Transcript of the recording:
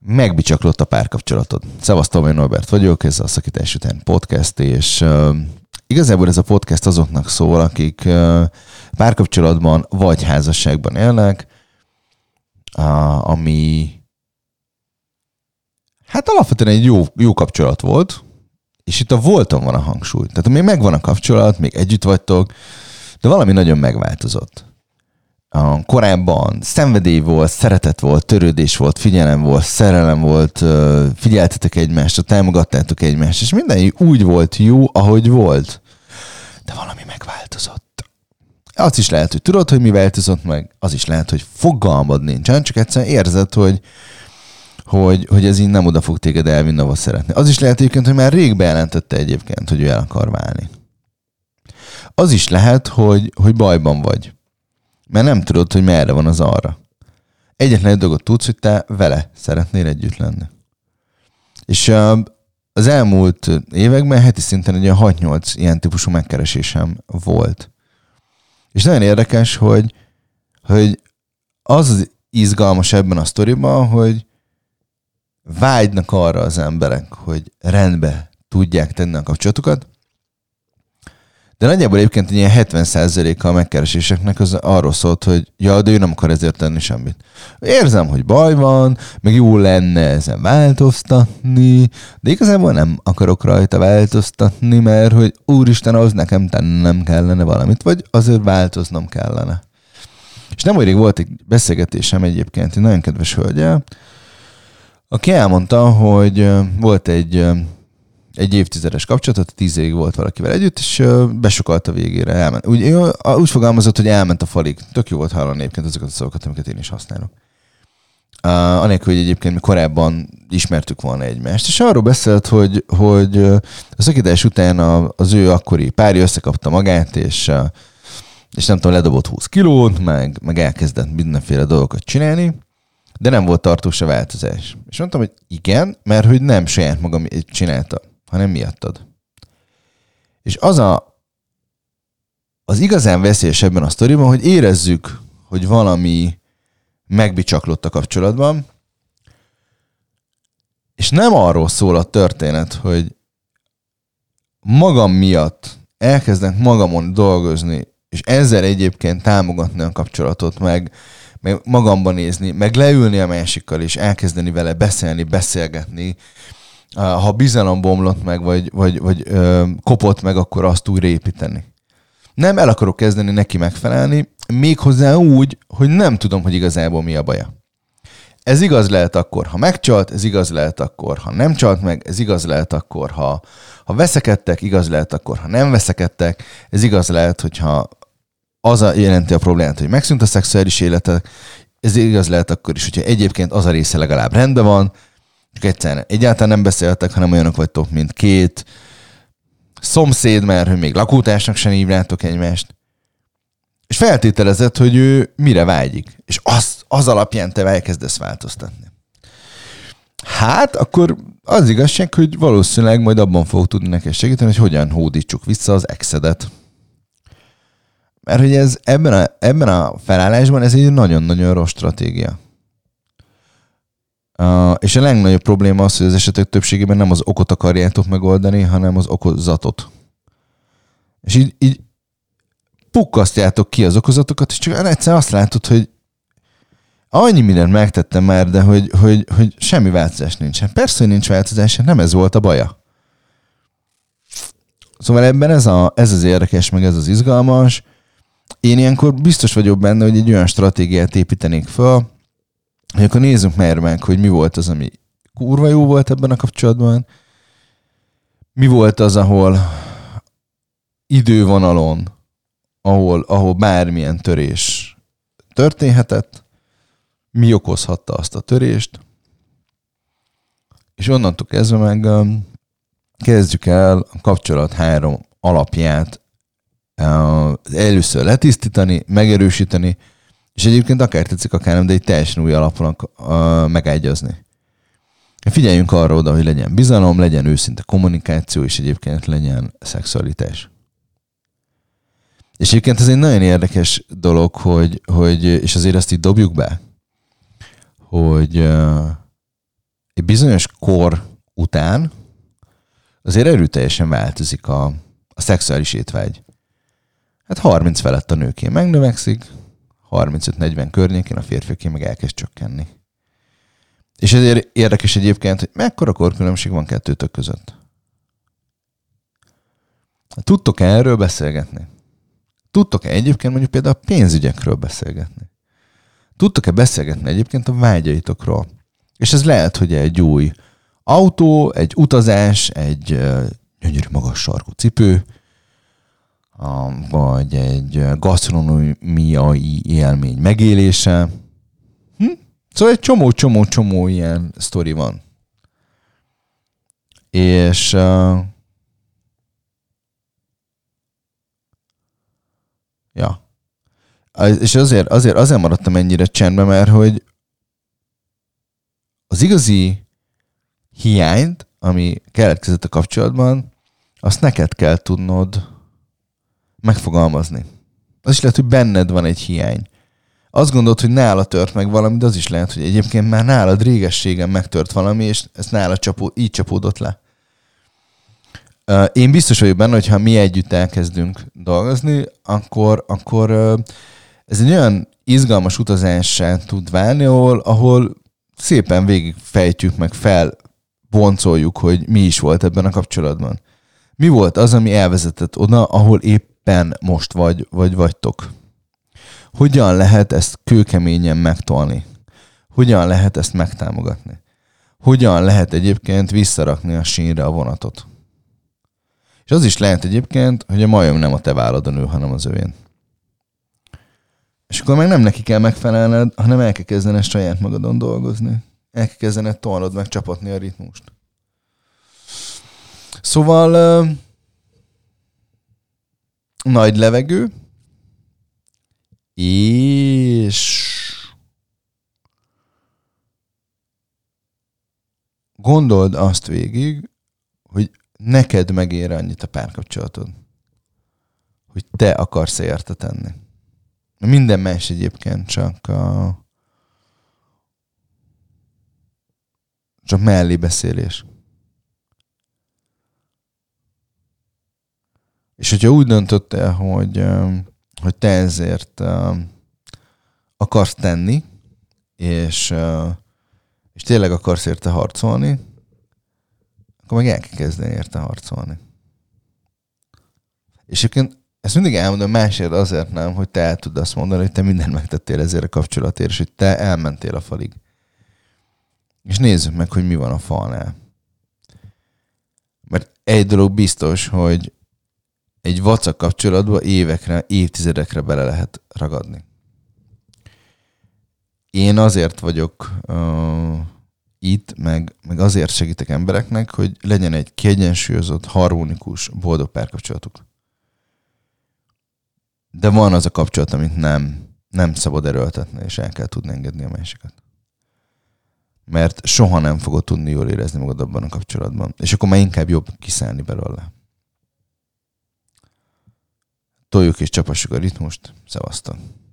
megbicsaklott a párkapcsolatod. Szevasztok, én Norbert vagyok, ez a Szakítás után podcast, és igazából ez a podcast azoknak szól, akik párkapcsolatban vagy házasságban élnek, ami hát alapvetően egy jó kapcsolat volt, és itt a volton van a hangsúly. Tehát még megvan a kapcsolat, még együtt vagytok, de valami nagyon megváltozott. Korábban szenvedély volt, szeretet volt, törődés volt, figyelem volt, szerelem volt, figyeltetek egymást, támogattátok egymást, és minden úgy volt jó, ahogy volt. De valami megváltozott. Az is lehet, hogy tudod, hogy mi változott meg, az is lehet, hogy fogalmad nincsen, csak egyszerűen érzed, hogy ez így nem oda fog téged elvinni, ahol szeretni. Az is lehet egyébként, hogy már rég bejelentette egyébként, hogy ő el akar válni. Az is lehet, hogy bajban vagy. Mert nem tudod, hogy merre van az arra. Egyetlen egy dolgot tudsz, hogy te vele szeretnél együtt lenni. És az elmúlt években heti szinten egy 6-8 ilyen típusú megkeresésem volt. És nagyon érdekes, hogy az izgalmas ebben a sztoriban, hogy vágynak arra az emberek, hogy rendbe tudják tenni a kapcsolatukat, de nagyjából egyébként ilyen 70%-a a megkereséseknek az arról szólt, hogy ja, de ő nem akar ezért tenni semmit. Érzem, hogy baj van, meg jó lenne ezen változtatni, de igazából nem akarok rajta változtatni, mert hogy úristen, ahhoz nekem tennem kellene valamit, vagy azért változnom kellene. És nem olyan rég volt egy beszélgetésem egyébként egy nagyon kedves hölgyel, aki elmondta, hogy volt egy évtizedes kapcsolatot, 10 évig volt valakivel együtt, és besokalt a végére, elment. Úgy fogalmazott, hogy elment a falig. Tök jó volt hallani egyébként azokat a szavakat, amiket én is használok. Anélkül, hogy egyébként mi korábban ismertük volna egymást. És arról beszélt, hogy a szakítás után az ő akkori párja összekapta magát, és nem tudom, ledobott 20 kilót, meg elkezdett mindenféle dolgokat csinálni, de nem volt tartós a változás. És mondtam, hogy igen, mert hogy nem saját magam csinálta, hanem miattad. És az igazán veszélyes ebben a sztoriban, hogy érezzük, hogy valami megbicsaklott a kapcsolatban, és nem arról szól a történet, hogy magam miatt elkezdek magamon dolgozni, és ezzel egyébként támogatni a kapcsolatot, meg magamban nézni, meg leülni a másikkal, és elkezdeni vele beszélni, beszélgetni. Ha bizalom bomlott meg, vagy kopott meg, akkor azt újra építeni. Nem el akarok kezdeni neki megfelelni, méghozzá úgy, hogy nem tudom, hogy igazából mi a baja. Ez igaz lehet akkor, ha megcsalt, ez igaz lehet akkor, ha nem csalt meg, ez igaz lehet akkor, ha veszekedtek, igaz lehet akkor, ha nem veszekedtek, ez igaz lehet, hogyha az jelenti a problémát, hogy megszűnt a szexuális életek, ez igaz lehet akkor is, hogyha egyébként az a része legalább rendben van, csak egyáltalán nem beszéltek, hanem olyanok vagytok, mint két szomszéd, mert hogy még lakótársnak sem hívnátok egymást. És feltételezett, hogy ő mire vágyik. És az alapján te elkezdesz változtatni. Hát, akkor az igazság, hogy valószínűleg majd abban fog tudni neked segíteni, hogy hogyan hódítsuk vissza az exedet. Mert hogy ez ebben a felállásban ez egy nagyon-nagyon rossz stratégia. És a legnagyobb probléma az, hogy az esetek többségében nem az okot akarjátok megoldani, hanem az okozatot. És így pukkasztjátok ki az okozatokat, és csak egyszer azt látod, hogy annyi mindent megtettem már, de hogy semmi változás nincsen. Persze, hogy nincs változás, nem ez volt a baja. Szóval ebben ez az érdekes, meg ez az izgalmas. Én ilyenkor biztos vagyok benne, hogy egy olyan stratégiát építenék föl, hogy akkor nézzük meg, hogy mi volt az, ami kurva jó volt ebben a kapcsolatban, mi volt az, ahol idővonalon, ahol bármilyen törés történhetett, mi okozhatta azt a törést, és onnantól kezdve meg kezdjük el a kapcsolat 3 alapját először letisztítani, megerősíteni, és egyébként akár tetszik, akár nem, de egy teljesen új alapon megágyazni. Figyeljünk arra oda, hogy legyen bizalom, legyen őszinte kommunikáció, és egyébként legyen szexualitás. És egyébként ez egy nagyon érdekes dolog, hogy és azért azt így dobjuk be, hogy egy bizonyos kor után azért erőteljesen változik a szexuális étvágy. Hát 30 felett a nőké megnövekszik, 35-40 környékén a férfiaké meg elkezd csökkenni. És ezért érdekes egyébként, hogy mekkora korkülönbség van kettőtök között. Tudtok-e erről beszélgetni? Tudtok-e egyébként mondjuk például a pénzügyekről beszélgetni? Tudtok-e beszélgetni egyébként a vágyaitokról? És ez lehet, hogy egy új autó, egy utazás, egy gyönyörű magas sarkú cipő, vagy egy gasztronómiai élmény megélése. Szóval egy csomó ilyen sztori van. És ja. És azért maradtam ennyire csendben, mert hogy az igazi hiányt, ami keletkezett a kapcsolatban, azt neked kell tudnod megfogalmazni. Az is lehet, hogy benned van egy hiány. Azt gondolod, hogy nála tört meg valami, de az is lehet, hogy egyébként már nálad régességen megtört valami, és ez nála így csapódott le. Én biztos vagyok benne, hogy ha mi együtt elkezdünk dolgozni, akkor ez egy olyan izgalmas utazássá tud válni, ahol szépen végigfejtjük, meg felboncoljuk, hogy mi is volt ebben a kapcsolatban. Mi volt az, ami elvezetett oda, ahol éppen most vagytok. Hogyan lehet ezt kőkeményen megtolni? Hogyan lehet ezt megtámogatni? Hogyan lehet egyébként visszarakni a sínre a vonatot? És az is lehet egyébként, hogy a majom nem a te válladon ül, hanem az övén. És akkor meg nem neki kell megfelelned, hanem el kell kezdened saját magadon dolgozni. El kell kezdened tolnod meg, csapatni a ritmust. Szóval nagy levegő, és gondold azt végig, hogy neked megér annyit a párkapcsolatod, hogy te akarsz érte tenni. Minden más egyébként csak mellébeszélés. És hogyha úgy döntöttél, hogy te ezért akarsz tenni, és tényleg akarsz érte harcolni, akkor meg el kell kezdeni érte harcolni. És egyébként ezt mindig elmondom másért azért nem, hogy te el tudd azt mondani, hogy te mindent megtettél ezért a kapcsolatért, és hogy te elmentél a falig. És nézzük meg, hogy mi van a falnál. Mert egy dolog biztos, hogy egy vacak kapcsolatba évekre, évtizedekre bele lehet ragadni. Én azért vagyok itt, meg azért segítek embereknek, hogy legyen egy kiegyensúlyozott, harmonikus, boldog párkapcsolatuk. De van az a kapcsolat, amit nem szabad erőltetni, és el kell tudni engedni a másikat. Mert soha nem fogod tudni jól érezni magad abban a kapcsolatban. És akkor már inkább jobb kiszállni belőle. Toljuk és csapassuk a ritmust. Szevasztok!